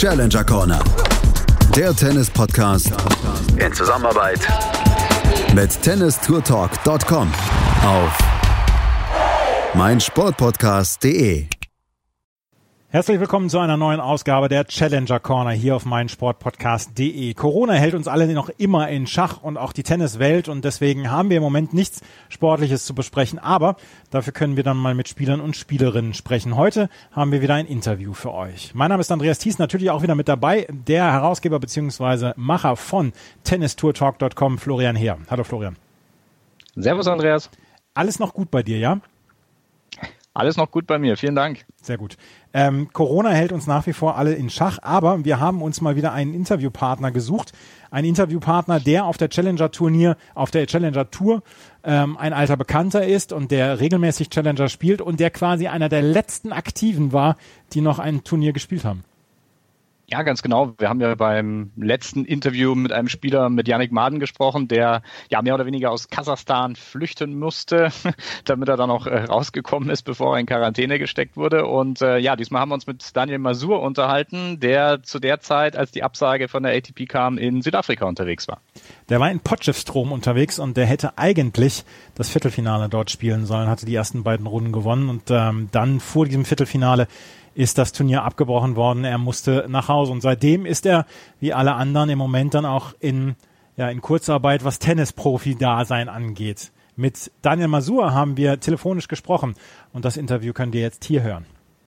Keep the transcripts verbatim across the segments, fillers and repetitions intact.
Challenger Corner. Der Tennis-Podcast in Zusammenarbeit mit tennis tour talk punkt com auf meinsportpodcast punkt de. Herzlich willkommen zu einer neuen Ausgabe der Challenger Corner hier auf meinsportpodcast punkt de. Corona hält uns alle noch immer in Schach und auch die Tenniswelt und deswegen haben wir im Moment nichts Sportliches zu besprechen, aber dafür können wir dann mal mit Spielern und Spielerinnen sprechen. Heute haben wir wieder ein Interview für euch. Mein Name ist Andreas Thies, natürlich auch wieder mit dabei, der Herausgeber bzw. Macher von tennis tour talk punkt com, Florian Heer. Hallo Florian. Servus Andreas. Alles noch gut bei dir, ja? Alles noch gut bei mir, vielen Dank. Sehr gut. Ähm, Corona hält uns nach wie vor alle in Schach, aber wir haben uns mal wieder einen Interviewpartner gesucht. Ein Interviewpartner, der auf der Challenger-Turnier, auf der Challenger-Tour ähm, ein alter Bekannter ist und der regelmäßig Challenger spielt und der quasi einer der letzten Aktiven war, die noch ein Turnier gespielt haben. Ja, ganz genau. Wir haben ja beim letzten Interview mit einem Spieler, mit Yannick Madden gesprochen, der ja mehr oder weniger aus Kasachstan flüchten musste, damit er dann auch äh, rausgekommen ist, bevor er in Quarantäne gesteckt wurde. Und äh, ja, diesmal haben wir uns mit Daniel Masur unterhalten, der zu der Zeit, als die Absage von der A T P kam, in Südafrika unterwegs war. Der war in Potchefstroom unterwegs und der hätte eigentlich das Viertelfinale dort spielen sollen, hatte die ersten beiden Runden gewonnen und ähm, dann vor diesem Viertelfinale ist das Turnier abgebrochen worden. Er musste nach Hause und seitdem ist er, wie alle anderen, im Moment dann auch in, ja, in Kurzarbeit, was Tennisprofi-Dasein angeht. Mit Daniel Masur haben wir telefonisch gesprochen und das Interview könnt ihr jetzt hier hören.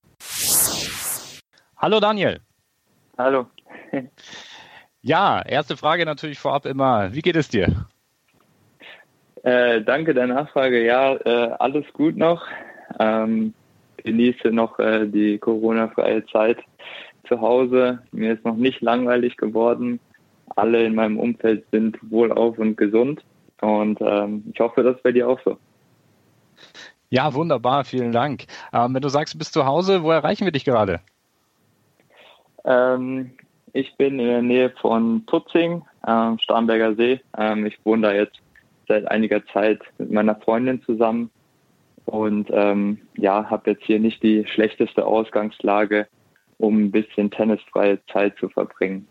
Hallo Daniel. Hallo. Ja, erste Frage natürlich vorab immer, wie geht es dir? Äh, danke der Nachfrage. Ja, äh, alles gut noch. Ähm, genieße noch äh, die Corona-freie Zeit zu Hause. Mir ist noch nicht langweilig geworden. Alle in meinem Umfeld sind wohlauf und gesund. Und ähm, ich hoffe, das ist bei dir auch so. Ja, wunderbar. Vielen Dank. Ähm, wenn du sagst, du bist zu Hause, wo erreichen wir dich gerade? Ähm, ich bin in der Nähe von Tutzing, ähm, Starnberger See. Ähm, ich wohne da jetzt seit einiger Zeit mit meiner Freundin zusammen. Und ähm, ja, habe jetzt hier nicht die schlechteste Ausgangslage, um ein bisschen tennisfreie Zeit zu verbringen.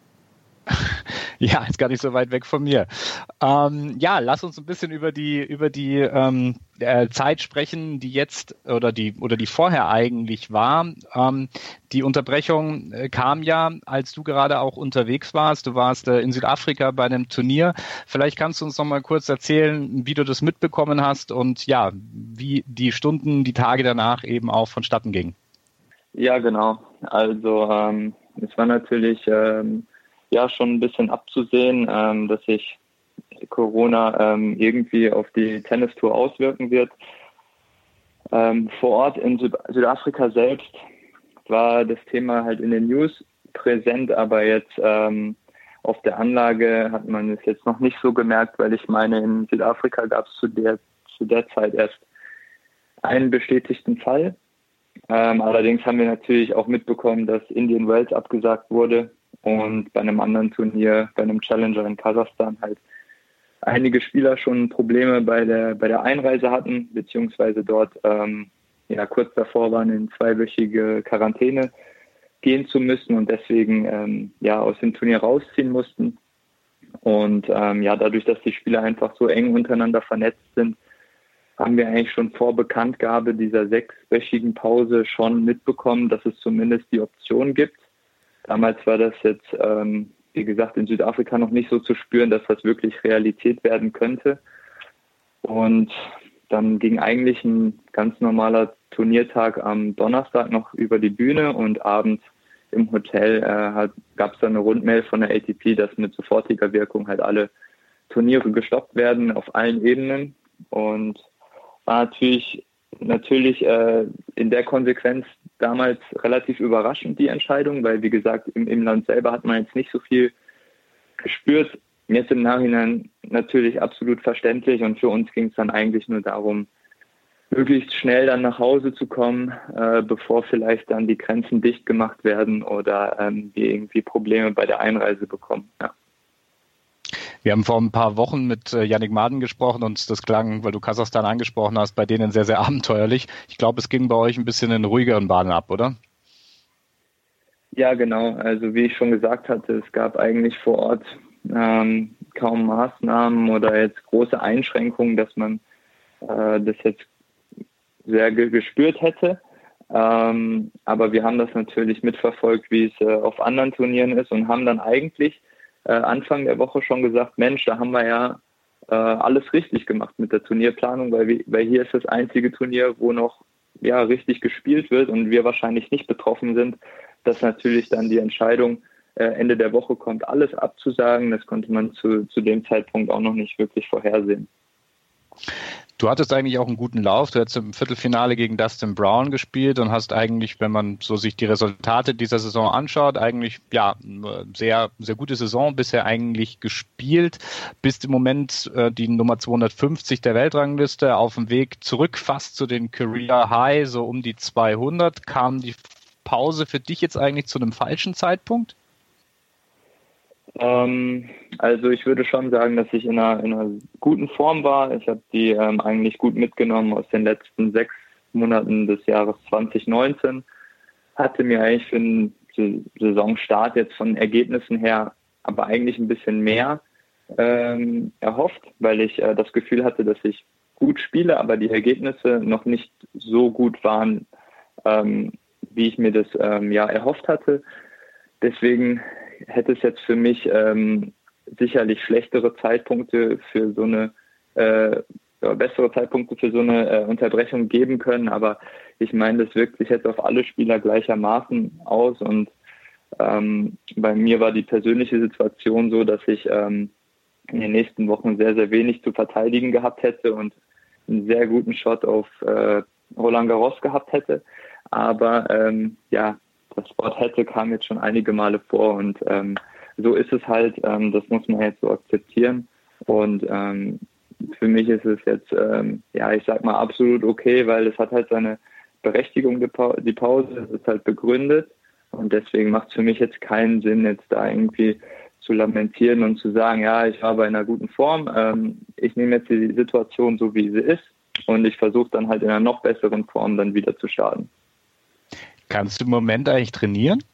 Ja, ist gar nicht so weit weg von mir. Ähm, ja, lass uns ein bisschen über die über die ähm, äh, Zeit sprechen, die jetzt oder die oder die vorher eigentlich war. Ähm, die Unterbrechung äh, kam ja, als du gerade auch unterwegs warst. Du warst äh, in Südafrika bei einem Turnier. Vielleicht kannst du uns noch mal kurz erzählen, wie du das mitbekommen hast und ja, wie die Stunden, die Tage danach eben auch vonstatten gingen. Ja, genau. Also ähm, es war natürlich ähm, ja schon ein bisschen abzusehen, ähm, dass sich Corona ähm, irgendwie auf die Tennistour auswirken wird. Ähm, vor Ort in Süd- Südafrika selbst war das Thema halt in den News präsent, aber jetzt ähm, auf der Anlage hat man es jetzt noch nicht so gemerkt, weil ich meine, in Südafrika gab es zu der, zu der Zeit erst einen bestätigten Fall. Ähm, allerdings haben wir natürlich auch mitbekommen, dass Indian Wells abgesagt wurde. Und bei einem anderen Turnier, bei einem Challenger in Kasachstan halt einige Spieler schon Probleme bei der bei der Einreise hatten, beziehungsweise dort ähm, ja kurz davor waren, in zweiwöchige Quarantäne gehen zu müssen und deswegen ähm, ja aus dem Turnier rausziehen mussten. Und ähm, ja, dadurch, dass die Spieler einfach so eng untereinander vernetzt sind, haben wir eigentlich schon vor Bekanntgabe dieser sechswöchigen Pause schon mitbekommen, dass es zumindest die Option gibt. Damals war das jetzt, ähm, wie gesagt, in Südafrika noch nicht so zu spüren, dass das wirklich Realität werden könnte. Und dann ging eigentlich ein ganz normaler Turniertag am Donnerstag noch über die Bühne und abends im Hotel äh, gab es dann eine Rundmail von der A T P, dass mit sofortiger Wirkung halt alle Turniere gestoppt werden auf allen Ebenen. Und war natürlich, natürlich äh, in der Konsequenz damals relativ überraschend, die Entscheidung, weil, wie gesagt, im, im Land selber hat man jetzt nicht so viel gespürt. Jetzt im Nachhinein natürlich absolut verständlich und für uns ging es dann eigentlich nur darum, möglichst schnell dann nach Hause zu kommen, äh, bevor vielleicht dann die Grenzen dicht gemacht werden oder ähm, wir irgendwie Probleme bei der Einreise bekommen. Ja. Wir haben vor ein paar Wochen mit Yannick Madden gesprochen und das klang, weil du Kasachstan angesprochen hast, bei denen sehr, sehr abenteuerlich. Ich glaube, es ging bei euch ein bisschen in ruhigeren Bahnen ab, oder? Ja, genau. Also wie ich schon gesagt hatte, es gab eigentlich vor Ort ähm, kaum Maßnahmen oder jetzt große Einschränkungen, dass man äh, das jetzt sehr ge- gespürt hätte. Ähm, aber wir haben das natürlich mitverfolgt, wie es äh, auf anderen Turnieren ist und haben dann eigentlich äh, Anfang der Woche schon gesagt, Mensch, da haben wir ja äh, alles richtig gemacht mit der Turnierplanung, weil, wir, weil hier ist das einzige Turnier, wo noch ja richtig gespielt wird und wir wahrscheinlich nicht betroffen sind, dass natürlich dann die Entscheidung äh, Ende der Woche kommt, alles abzusagen. Das konnte man zu, zu dem Zeitpunkt auch noch nicht wirklich vorhersehen. Du hattest eigentlich auch einen guten Lauf. Du hast im Viertelfinale gegen Dustin Brown gespielt und hast eigentlich, wenn man so sich die Resultate dieser Saison anschaut, eigentlich ja eine sehr, sehr gute Saison bisher eigentlich gespielt. Bist im Moment äh, die Nummer zweihundertfünfzig der Weltrangliste, auf dem Weg zurück fast zu den Career High, so um die zweihundert. Kam die Pause für dich jetzt eigentlich zu einem falschen Zeitpunkt? Ähm, also ich würde schon sagen, dass ich in einer, in einer guten Form war. Ich habe die ähm, eigentlich gut mitgenommen aus den letzten sechs Monaten des Jahres zwanzig neunzehn. Hatte mir eigentlich für den Saisonstart jetzt von Ergebnissen her aber eigentlich ein bisschen mehr ähm, erhofft, weil ich äh, das Gefühl hatte, dass ich gut spiele, aber die Ergebnisse noch nicht so gut waren, ähm, wie ich mir das ähm, ja erhofft hatte. Deswegen hätte es jetzt für mich ähm, sicherlich schlechtere Zeitpunkte für so eine, äh, ja, bessere Zeitpunkte für so eine äh, Unterbrechung geben können. Aber ich meine, das wirkt sich jetzt auf alle Spieler gleichermaßen aus. Und ähm, bei mir war die persönliche Situation so, dass ich ähm, in den nächsten Wochen sehr, sehr wenig zu verteidigen gehabt hätte und einen sehr guten Shot auf äh, Roland Garros gehabt hätte. Aber ähm, ja, das Wort hätte kam jetzt schon einige Male vor und ähm, so ist es halt, ähm, das muss man jetzt so akzeptieren und ähm, für mich ist es jetzt, ähm, ja, ich sag mal absolut okay, weil es hat halt seine Berechtigung, die, pa- die Pause, es ist halt begründet und deswegen macht es für mich jetzt keinen Sinn, jetzt da irgendwie zu lamentieren und zu sagen, ja, ich war bei einer guten Form, ähm, ich nehme jetzt die Situation so, wie sie ist und ich versuche dann halt in einer noch besseren Form dann wieder zu starten. Kannst du im Moment eigentlich trainieren?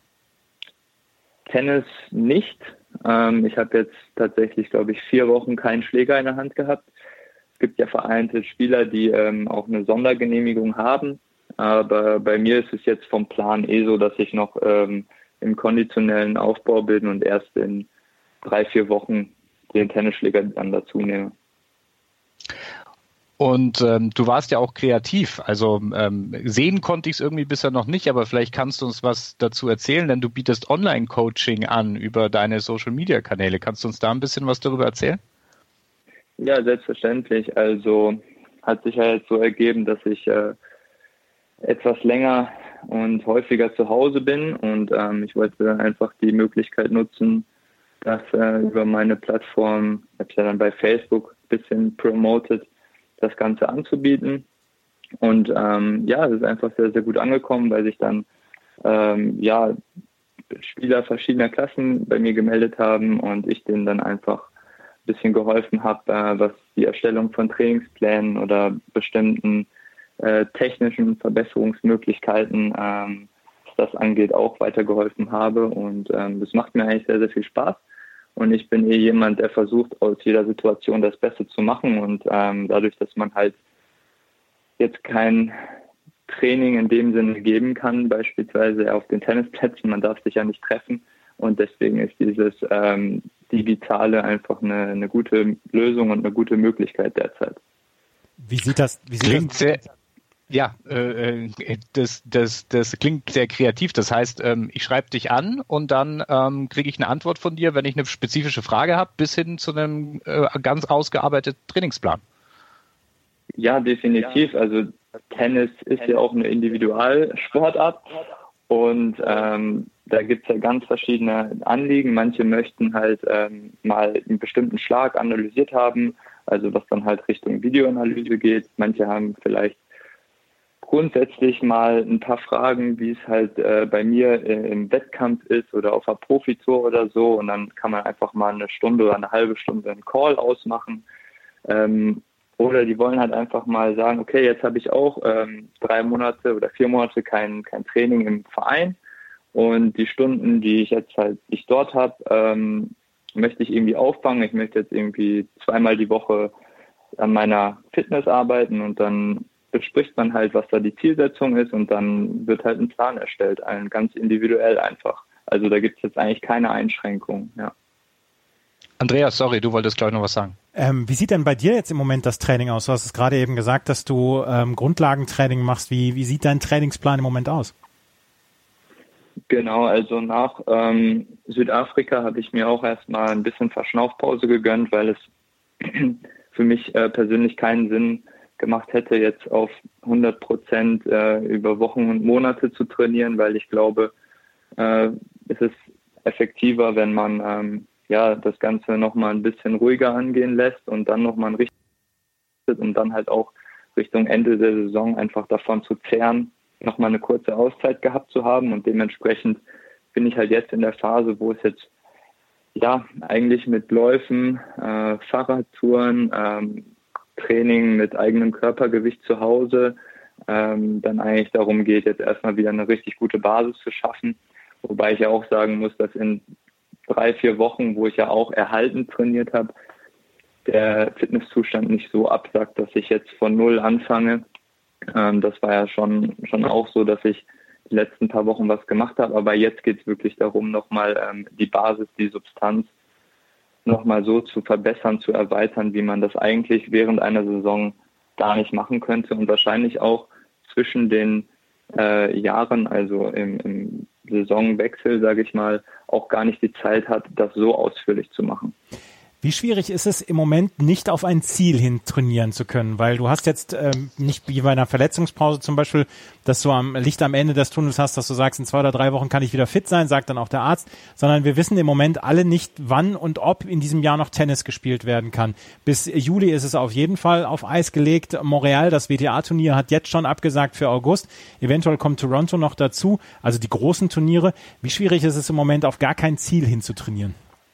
Tennis nicht. Ähm, ich habe jetzt tatsächlich, glaube ich, vier Wochen keinen Schläger in der Hand gehabt. Es gibt ja vereinzelt Spieler, die ähm, auch eine Sondergenehmigung haben. Aber bei mir ist es jetzt vom Plan eh so, dass ich noch ähm, im konditionellen Aufbau bin und erst in drei, vier Wochen den Tennisschläger dann dazu nehme. Und ähm, du warst ja auch kreativ, also ähm, sehen konnte ich es irgendwie bisher noch nicht, aber vielleicht kannst du uns was dazu erzählen, denn du bietest Online-Coaching an über deine Social-Media-Kanäle. Kannst du uns da ein bisschen was darüber erzählen? Ja, selbstverständlich. Also hat sich ja jetzt so ergeben, dass ich äh, etwas länger und häufiger zu Hause bin und ähm, ich wollte einfach die Möglichkeit nutzen, das äh, über meine Plattform, ich habe es ja dann bei Facebook ein bisschen promoted, das Ganze anzubieten. Und ähm, ja, es ist einfach sehr, sehr gut angekommen, weil sich dann ähm, ja Spieler verschiedener Klassen bei mir gemeldet haben und ich denen dann einfach ein bisschen geholfen habe, äh, was die Erstellung von Trainingsplänen oder bestimmten äh, technischen Verbesserungsmöglichkeiten, ähm, was das angeht, auch weitergeholfen habe. Und ähm, das macht mir eigentlich sehr, sehr viel Spaß. Und ich bin eh jemand, der versucht, aus jeder Situation das Beste zu machen. Und ähm, dadurch, dass man halt jetzt kein Training in dem Sinne geben kann, beispielsweise auf den Tennisplätzen, man darf sich ja nicht treffen. Und deswegen ist dieses ähm, Digitale einfach eine, eine gute Lösung und eine gute Möglichkeit derzeit. Wie sieht das, wie sieht Klingt das sehr, ja, äh, das, das, das klingt sehr kreativ. Das heißt, ähm, ich schreibe dich an und dann ähm, kriege ich eine Antwort von dir, wenn ich eine spezifische Frage habe, bis hin zu einem äh, ganz ausgearbeiteten Trainingsplan. Ja, definitiv. Also Tennis ist ja auch eine Individualsportart und ähm, da gibt es ja ganz verschiedene Anliegen. Manche möchten halt ähm, mal einen bestimmten Schlag analysiert haben, also was dann halt Richtung Videoanalyse geht. Manche haben vielleicht grundsätzlich mal ein paar Fragen, wie es halt äh, bei mir äh, im Wettkampf ist oder auf einer Profitour oder so. Und dann kann man einfach mal eine Stunde oder eine halbe Stunde einen Call ausmachen. Ähm, oder die wollen halt einfach mal sagen, okay, jetzt habe ich auch ähm, drei Monate oder vier Monate kein, kein Training im Verein Und die Stunden, die ich jetzt halt ich dort habe, ähm, möchte ich irgendwie auffangen. Ich möchte jetzt irgendwie zweimal die Woche an meiner Fitness arbeiten und dann bespricht man halt, was da die Zielsetzung ist und dann wird halt ein Plan erstellt, ein ganz individuell einfach. Also da gibt es jetzt eigentlich keine Einschränkungen, ja. Andreas, sorry, du wolltest gleich noch was sagen. Ähm, wie sieht denn bei dir jetzt im Moment das Training aus? Du hast es gerade eben gesagt, dass du ähm, Grundlagentraining machst. Wie, wie sieht dein Trainingsplan im Moment aus? Genau, also nach ähm, Südafrika habe ich mir auch erstmal ein bisschen Verschnaufpause gegönnt, weil es für mich äh, persönlich keinen Sinn gemacht hätte, jetzt auf hundert Prozent äh, über Wochen und Monate zu trainieren, weil ich glaube, äh, es ist effektiver, wenn man ähm, ja das Ganze nochmal ein bisschen ruhiger angehen lässt und dann nochmal ein richtig und dann halt auch Richtung Ende der Saison einfach davon zu zehren, nochmal eine kurze Auszeit gehabt zu haben und dementsprechend bin ich halt jetzt in der Phase, wo es jetzt ja eigentlich mit Läufen, äh, Fahrradtouren, ähm, Training mit eigenem Körpergewicht zu Hause, ähm, dann eigentlich darum geht, jetzt erstmal wieder eine richtig gute Basis zu schaffen, wobei ich ja auch sagen muss, dass in drei, vier Wochen, wo ich ja auch erhalten trainiert habe, der Fitnesszustand nicht so absackt, dass ich jetzt von Null anfange. Ähm, das war ja schon, schon auch so, dass ich die letzten paar Wochen was gemacht habe, aber jetzt geht es wirklich darum, nochmal ähm, die Basis, die Substanz nochmal so zu verbessern, zu erweitern, wie man das eigentlich während einer Saison gar nicht machen könnte und wahrscheinlich auch zwischen den äh, Jahren, also im, im Saisonwechsel, sage ich mal, auch gar nicht die Zeit hat, das so ausführlich zu machen. Wie schwierig ist es im Moment, nicht auf ein Ziel hin trainieren zu können? Weil du hast jetzt ähm, nicht wie bei einer Verletzungspause zum Beispiel, dass du am Licht am Ende des Tunnels hast, dass du sagst, in zwei oder drei Wochen kann ich wieder fit sein, sagt dann auch der Arzt, sondern wir wissen im Moment alle nicht, wann und ob in diesem Jahr noch Tennis gespielt werden kann. Bis Juli ist es auf jeden Fall auf Eis gelegt. Montreal, das W T A-Turnier, hat jetzt schon abgesagt für August. Eventuell kommt Toronto noch dazu, also die großen Turniere. Wie schwierig ist es im Moment, auf gar kein Ziel hin zu trainieren?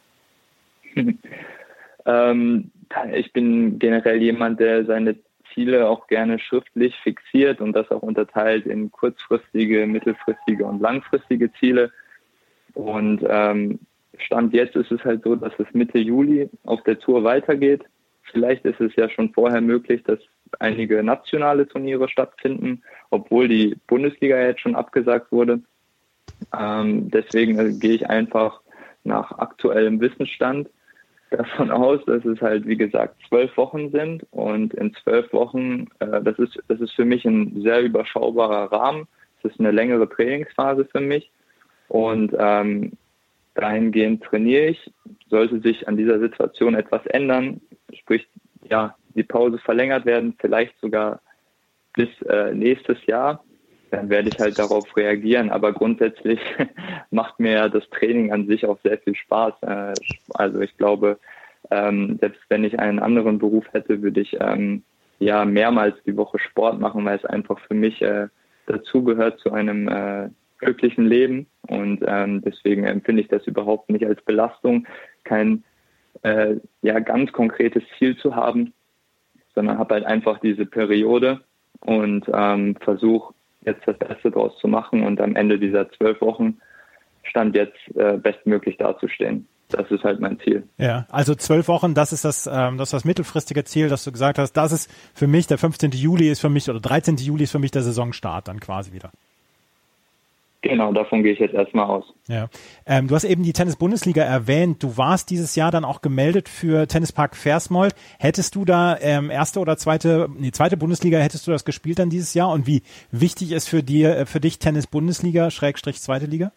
Ähm, ich bin generell jemand, der seine Ziele auch gerne schriftlich fixiert und das auch unterteilt in kurzfristige, mittelfristige und langfristige Ziele. Und ähm, Stand jetzt ist es halt so, dass es Mitte Juli auf der Tour weitergeht. Vielleicht ist es ja schon vorher möglich, dass einige nationale Turniere stattfinden, obwohl die Bundesliga jetzt schon abgesagt wurde. Ähm, deswegen also, gehe ich einfach nach aktuellem Wissensstand davon aus, dass es halt, wie gesagt, zwölf Wochen sind und in zwölf Wochen, äh, das ist, das ist für mich ein sehr überschaubarer Rahmen. Es ist eine längere Trainingsphase für mich und ähm, dahingehend trainiere ich. Sollte sich an dieser Situation etwas ändern, sprich, ja, die Pause verlängert werden, vielleicht sogar bis äh, nächstes Jahr, dann werde ich halt darauf reagieren. Aber grundsätzlich macht mir ja das Training an sich auch sehr viel Spaß. Also ich glaube, selbst wenn ich einen anderen Beruf hätte, würde ich ja mehrmals die Woche Sport machen, weil es einfach für mich dazugehört zu einem glücklichen Leben. Und deswegen empfinde ich das überhaupt nicht als Belastung, kein ja ganz konkretes Ziel zu haben, sondern habe halt einfach diese Periode und versuche jetzt das Beste draus zu machen und am Ende dieser zwölf Wochen Stand jetzt äh, bestmöglich dazustehen. Das ist halt mein Ziel. Ja, also zwölf Wochen, das ist das, ähm, das ist das mittelfristige Ziel, dass du gesagt hast, das ist für mich, der fünfzehnten Juli ist für mich, oder dreizehnten Juli ist für mich der Saisonstart dann quasi wieder. Genau, davon gehe ich jetzt erstmal aus. Ja, ähm, du hast eben die Tennis-Bundesliga erwähnt. Du warst dieses Jahr dann auch gemeldet für Tennispark Versmold. Hättest du da ähm, erste oder zweite, nee, zweite Bundesliga, hättest du das gespielt dann dieses Jahr? Und wie wichtig ist für dir, für dich Tennis-Bundesliga, Schrägstrich zweite Liga?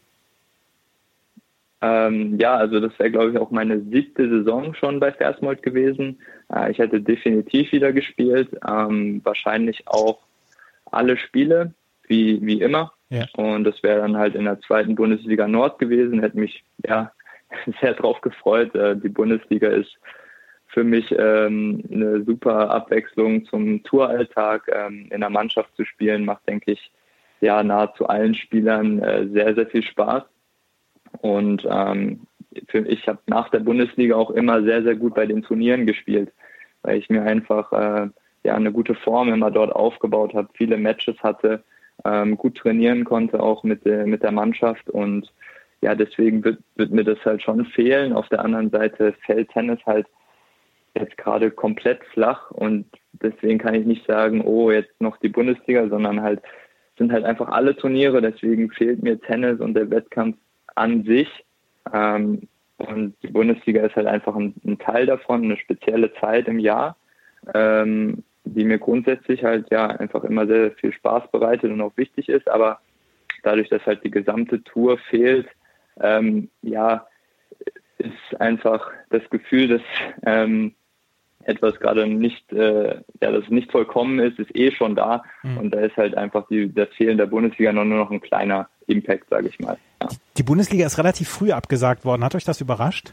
Ähm, ja, also das wäre, glaube ich, auch meine siebte Saison schon bei Versmold gewesen. Äh, ich hätte definitiv wieder gespielt, ähm, wahrscheinlich auch alle Spiele, wie, wie immer. Ja. Und das wäre dann halt in der zweiten Bundesliga Nord gewesen, hätte mich ja sehr drauf gefreut. Die Bundesliga ist für mich ähm, eine super Abwechslung zum Touralltag. Ähm, in der Mannschaft zu spielen macht, denke ich, ja nahezu allen Spielern äh, sehr, sehr viel Spaß. Und ähm, für, ich habe nach der Bundesliga auch immer sehr, sehr gut bei den Turnieren gespielt, weil ich mir einfach äh, ja eine gute Form immer dort aufgebaut habe, viele Matches hatte ähm, gut trainieren konnte, auch mit der, mit der Mannschaft. Und ja, deswegen wird, wird mir das halt schon fehlen. Auf der anderen Seite fällt Tennis halt jetzt gerade komplett flach und deswegen kann ich nicht sagen, oh, jetzt noch die Bundesliga, sondern halt sind halt einfach alle Turniere, deswegen fehlt mir Tennis und der Wettkampf an sich. Ähm, und die Bundesliga ist halt einfach ein, ein Teil davon, eine spezielle Zeit im Jahr, ähm, die mir grundsätzlich halt ja einfach immer sehr viel Spaß bereitet und auch wichtig ist, aber dadurch, dass halt die gesamte Tour fehlt, ähm, ja, ist einfach das Gefühl, dass ähm, etwas gerade nicht, äh, ja, das nicht vollkommen ist, ist eh schon da. Mhm. Und da ist halt einfach die, das Fehlen der Bundesliga nur noch ein kleiner Impact, sage ich mal. Ja. Die Bundesliga ist relativ früh abgesagt worden. Hat euch das überrascht?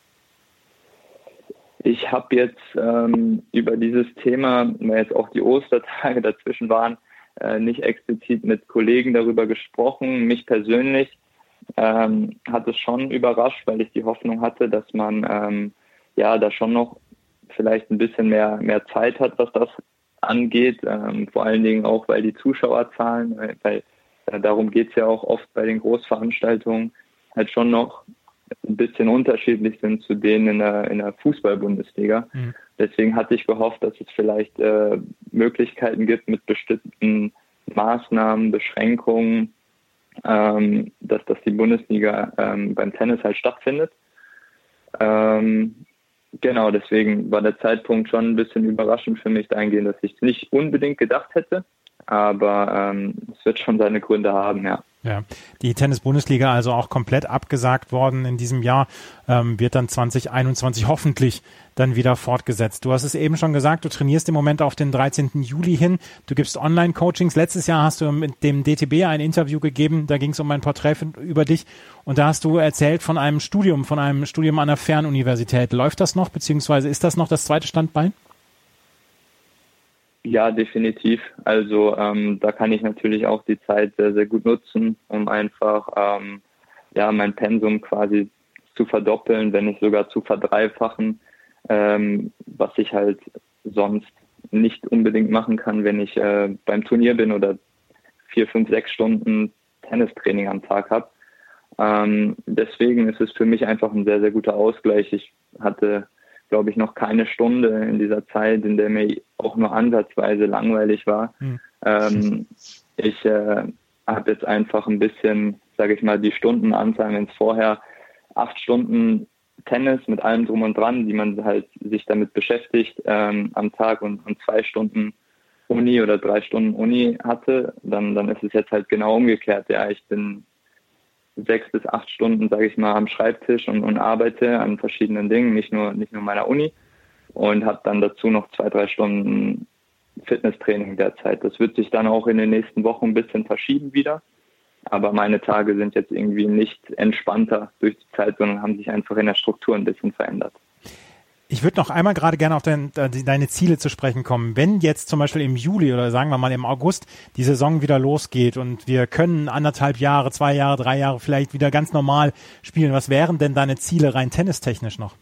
Ich habe jetzt ähm, über dieses Thema, weil jetzt auch die Ostertage dazwischen waren, äh, nicht explizit mit Kollegen darüber gesprochen. Mich persönlich ähm, hat es schon überrascht, weil ich die Hoffnung hatte, dass man ähm, ja da schon noch vielleicht ein bisschen mehr, mehr Zeit hat, was das angeht. Ähm, vor allen Dingen auch, weil die Zuschauerzahlen, weil äh, darum geht es ja auch oft bei den Großveranstaltungen, halt schon noch ein bisschen unterschiedlich sind zu denen in der, in der Fußball-Bundesliga. Mhm. Deswegen hatte ich gehofft, dass es vielleicht äh, Möglichkeiten gibt mit bestimmten Maßnahmen, Beschränkungen, ähm, dass, dass die Bundesliga ähm, beim Tennis halt stattfindet. Ähm, Genau, deswegen war der Zeitpunkt schon ein bisschen überraschend für mich dahingehend, dass ich es nicht unbedingt gedacht hätte, aber ähm, es wird schon seine Gründe haben, ja. Ja, die Tennis-Bundesliga also auch komplett abgesagt worden in diesem Jahr, ähm, wird dann zwanzig einundzwanzig hoffentlich dann wieder fortgesetzt. Du hast es eben schon gesagt, du trainierst im Moment auf den dreizehnten Juli hin, du gibst Online-Coachings. Letztes Jahr hast du mit dem D T B ein Interview gegeben, da ging es um ein Porträt über dich und da hast du erzählt von einem Studium, von einem Studium an einer Fernuniversität. Läuft das noch, beziehungsweise ist das noch das zweite Standbein? Ja, definitiv. Also ähm, da kann ich natürlich auch die Zeit sehr, sehr gut nutzen, um einfach ähm, ja mein Pensum quasi zu verdoppeln, wenn nicht sogar zu verdreifachen, ähm, was ich halt sonst nicht unbedingt machen kann, wenn ich äh, beim Turnier bin oder vier, fünf, sechs Stunden Tennistraining am Tag habe. Ähm, deswegen ist es für mich einfach ein sehr, sehr guter Ausgleich. Ich hatte glaube ich, noch keine Stunde in dieser Zeit, in der mir auch nur ansatzweise langweilig war. Mhm. Ähm, ich äh, habe jetzt einfach ein bisschen, sage ich mal, die Stundenanzahl, wenn es vorher acht Stunden Tennis mit allem drum und dran, die man halt sich damit beschäftigt ähm, am Tag und, und zwei Stunden Uni oder drei Stunden Uni hatte, dann, dann ist es jetzt halt genau umgekehrt. Ja, ich bin sechs bis acht Stunden, sage ich mal, am Schreibtisch und, und arbeite an verschiedenen Dingen, nicht nur nicht nur meiner Uni und habe dann dazu noch zwei, drei Stunden Fitnesstraining derzeit. Das wird sich dann auch in den nächsten Wochen ein bisschen verschieben wieder, aber meine Tage sind jetzt irgendwie nicht entspannter durch die Zeit, sondern haben sich einfach in der Struktur ein bisschen verändert. Ich würde noch einmal gerade gerne auf dein, deine Ziele zu sprechen kommen. Wenn jetzt zum Beispiel im Juli oder sagen wir mal im August die Saison wieder losgeht und wir können anderthalb Jahre, zwei Jahre, drei Jahre vielleicht wieder ganz normal spielen, was wären denn deine Ziele rein tennistechnisch noch?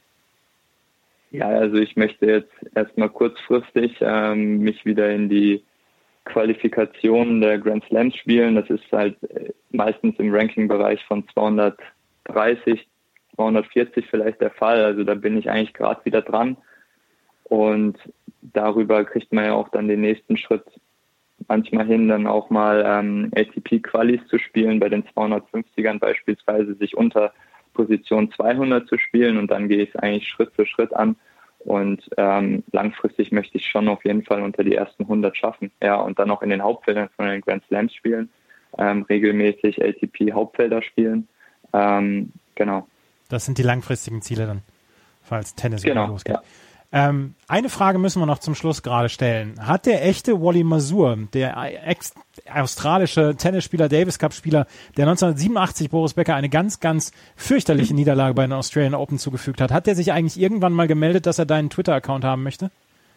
Ja, also ich möchte jetzt erstmal kurzfristig ähm, mich wieder in die Qualifikation der Grand Slams spielen. Das ist halt meistens im Ranking-Bereich von zweihundertdreißig, zweihundertvierzig vielleicht der Fall. Also da bin ich eigentlich gerade wieder dran. Und darüber kriegt man ja auch dann den nächsten Schritt manchmal hin, dann auch mal ähm, A T P-Qualis zu spielen, bei den zweihundertfünfzigern beispielsweise sich unter Position zweihundert zu spielen und dann gehe ich es eigentlich Schritt für Schritt an und ähm, langfristig möchte ich schon auf jeden Fall unter die ersten hundert schaffen. Ja, und dann auch in den Hauptfeldern von den Grand Slams spielen, ähm, regelmäßig A T P-Hauptfelder spielen. Ähm, genau. Das sind die langfristigen Ziele dann, falls Tennis wieder genau, losgeht. Ja. Ähm, eine Frage müssen wir noch zum Schluss gerade stellen. Hat der echte Wally Masur, der ex-australische Tennisspieler, Davis Cup-Spieler, der neunzehnhundertsiebenundachtzig Boris Becker eine ganz, ganz fürchterliche Niederlage bei den Australian Open zugefügt hat, hat der sich eigentlich irgendwann mal gemeldet, dass er deinen Twitter-Account haben möchte?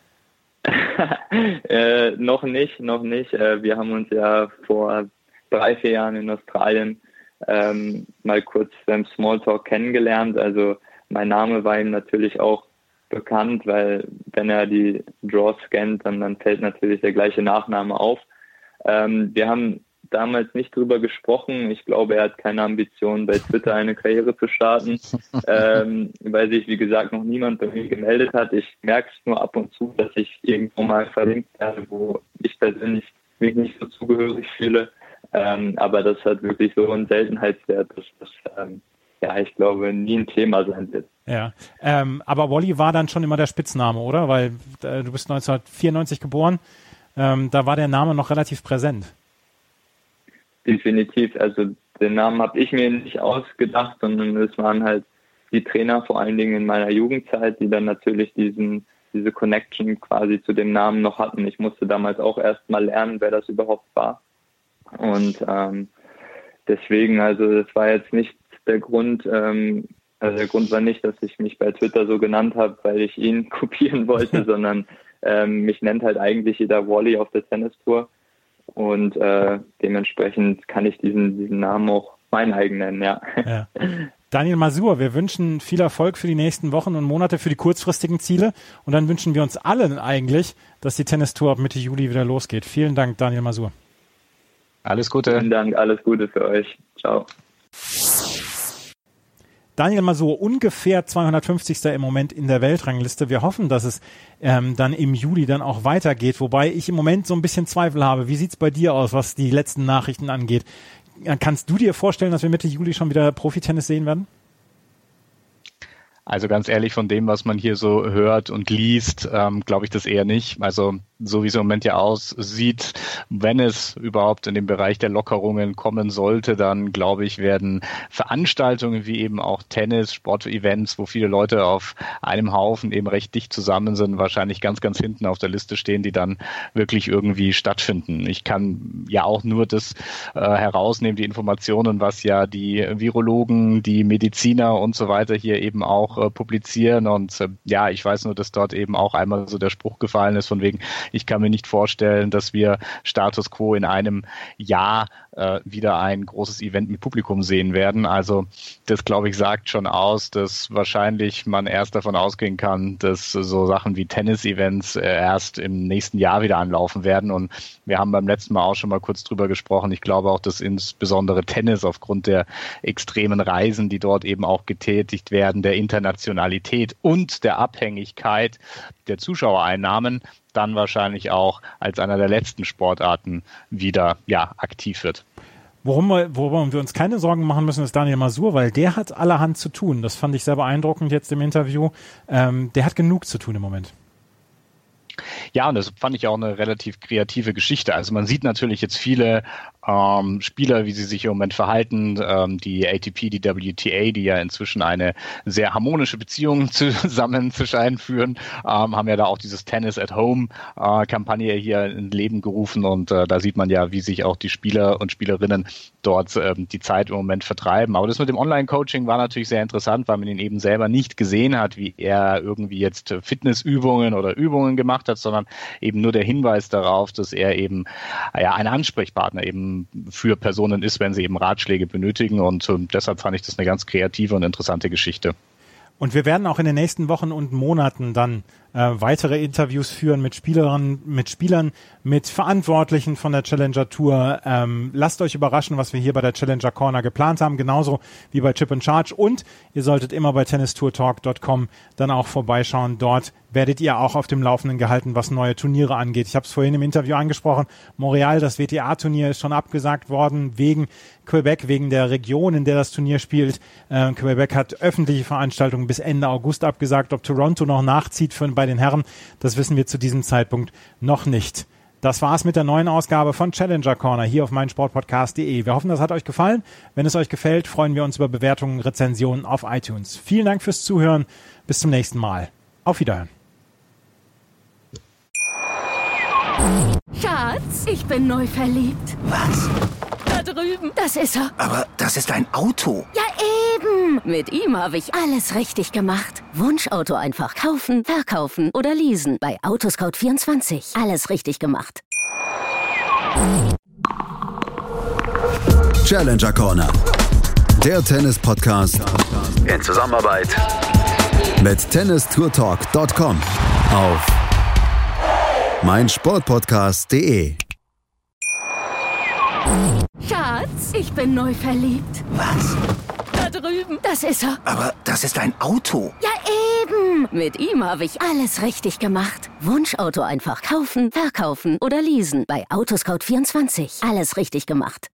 äh, noch nicht, noch nicht. Äh, wir haben uns ja vor drei, vier Jahren in Australien ähm, mal kurz beim Smalltalk kennengelernt. Also mein Name war ihm natürlich auch bekannt, weil wenn er die Draws scannt, dann, dann fällt natürlich der gleiche Nachname auf. Ähm, wir haben damals nicht drüber gesprochen. Ich glaube, er hat keine Ambition, bei Twitter eine Karriere zu starten, ähm, weil sich, wie gesagt, noch niemand bei mir gemeldet hat. Ich merke es nur ab und zu, dass ich irgendwo mal verlinkt werde, wo ich persönlich mich nicht so zugehörig fühle. Ähm, aber das hat wirklich so einen Seltenheitswert, dass das, ähm, ja, ich glaube, nie ein Thema sein wird. Ja, ähm, aber Wally war dann schon immer der Spitzname, oder? Weil äh, du bist neunzehnhundertvierundneunzig geboren, ähm, da war der Name noch relativ präsent. Definitiv, also den Namen habe ich mir nicht ausgedacht, sondern es waren halt die Trainer, vor allen Dingen in meiner Jugendzeit, die dann natürlich diesen diese Connection quasi zu dem Namen noch hatten. Ich musste damals auch erst mal lernen, wer das überhaupt war. Und ähm, deswegen, also das war jetzt nicht der Grund, ähm, also der Grund war nicht, dass ich mich bei Twitter so genannt habe, weil ich ihn kopieren wollte, sondern ähm, mich nennt halt eigentlich jeder Wally auf der Tennistour. Und äh, dementsprechend kann ich diesen, diesen Namen auch mein eigen nennen, ja. ja. Daniel Masur, wir wünschen viel Erfolg für die nächsten Wochen und Monate, für die kurzfristigen Ziele. Und dann wünschen wir uns allen eigentlich, dass die Tennistour ab Mitte Juli wieder losgeht. Vielen Dank, Daniel Masur. Alles Gute. Vielen Dank, alles Gute für euch. Ciao. Daniel Masur, ungefähr zweihundertfünfzigster im Moment in der Weltrangliste. Wir hoffen, dass es ähm, dann im Juli dann auch weitergeht, wobei ich im Moment so ein bisschen Zweifel habe. Wie sieht's bei dir aus, was die letzten Nachrichten angeht? Kannst du dir vorstellen, dass wir Mitte Juli schon wieder Profitennis sehen werden? Also ganz ehrlich, von dem, was man hier so hört und liest, ähm, glaube ich das eher nicht. Also so wie es im Moment ja aussieht, wenn es überhaupt in den Bereich der Lockerungen kommen sollte, dann glaube ich, werden Veranstaltungen wie eben auch Tennis, Sportevents, wo viele Leute auf einem Haufen eben recht dicht zusammen sind, wahrscheinlich ganz, ganz hinten auf der Liste stehen, die dann wirklich irgendwie stattfinden. Ich kann ja auch nur das äh, herausnehmen, die Informationen, was ja die Virologen, die Mediziner und so weiter hier eben auch äh, publizieren. Und äh, ja, ich weiß nur, dass dort eben auch einmal so der Spruch gefallen ist, von wegen, ich kann mir nicht vorstellen, dass wir Status Quo in einem Jahr äh, wieder ein großes Event mit Publikum sehen werden. Also das, glaube ich, sagt schon aus, dass wahrscheinlich man erst davon ausgehen kann, dass so Sachen wie Tennis-Events äh, erst im nächsten Jahr wieder anlaufen werden. Und wir haben beim letzten Mal auch schon mal kurz drüber gesprochen. Ich glaube auch, dass insbesondere Tennis aufgrund der extremen Reisen, die dort eben auch getätigt werden, der Internationalität und der Abhängigkeit der Zuschauereinnahmen dann wahrscheinlich auch als einer der letzten Sportarten wieder ja, aktiv wird. Worum wir, worum wir uns keine Sorgen machen müssen, ist Daniel Masur, weil der hat allerhand zu tun. Das fand ich sehr beeindruckend jetzt im Interview. Ähm, der hat genug zu tun im Moment. Ja, und das fand ich auch eine relativ kreative Geschichte. Also man sieht natürlich jetzt viele ähm, Spieler, wie sie sich im Moment verhalten. Ähm, die A T P, die W T A, die ja inzwischen eine sehr harmonische Beziehung zusammen zu scheinen führen, ähm, haben ja da auch dieses Tennis at Home äh, Kampagne hier in Leben gerufen. Und äh, da sieht man ja, wie sich auch die Spieler und Spielerinnen dort ähm, die Zeit im Moment vertreiben. Aber das mit dem Online-Coaching war natürlich sehr interessant, weil man ihn eben selber nicht gesehen hat, wie er irgendwie jetzt Fitnessübungen oder Übungen gemacht hat, sondern eben nur der Hinweis darauf, dass er eben ja ein Ansprechpartner eben für Personen ist, wenn sie eben Ratschläge benötigen. Und äh, deshalb fand ich das eine ganz kreative und interessante Geschichte. Und wir werden auch in den nächsten Wochen und Monaten dann äh, weitere Interviews führen mit Spielerinnen, mit Spielern, mit Verantwortlichen von der Challenger Tour. Ähm, lasst euch überraschen, was wir hier bei der Challenger Corner geplant haben, genauso wie bei Chip and Charge. Und ihr solltet immer bei tennis tour talk dot com dann auch vorbeischauen. Dort werdet ihr auch auf dem Laufenden gehalten, was neue Turniere angeht. Ich habe es vorhin im Interview angesprochen. Montreal, das W T A-Turnier, ist schon abgesagt worden wegen Quebec, wegen der Region, in der das Turnier spielt. Äh, Quebec hat öffentliche Veranstaltungen bis Ende August abgesagt. Ob Toronto noch nachzieht für, bei den Herren, das wissen wir zu diesem Zeitpunkt noch nicht. Das war's mit der neuen Ausgabe von Challenger Corner hier auf meinsportpodcast punkt de. Wir hoffen, das hat euch gefallen. Wenn es euch gefällt, freuen wir uns über Bewertungen, Rezensionen auf iTunes. Vielen Dank fürs Zuhören. Bis zum nächsten Mal. Auf Wiederhören. Schatz, ich bin neu verliebt. Was? Da drüben. Das ist er. Aber das ist ein Auto. Ja, eben. Mit ihm habe ich alles richtig gemacht. Wunschauto einfach kaufen, verkaufen oder leasen. Bei Autoscout vierundzwanzig. Alles richtig gemacht. Challenger Corner. Der Tennis-Podcast in Zusammenarbeit mit tennis tour talk dot com auf meinsportpodcast punkt de. Schatz, ich bin neu verliebt. Was? Da drüben. Das ist er. Aber das ist ein Auto. Ja, eben. Mit ihm habe ich alles richtig gemacht. Wunschauto einfach kaufen, verkaufen oder leasen. Bei Autoscout vierundzwanzig. Alles richtig gemacht.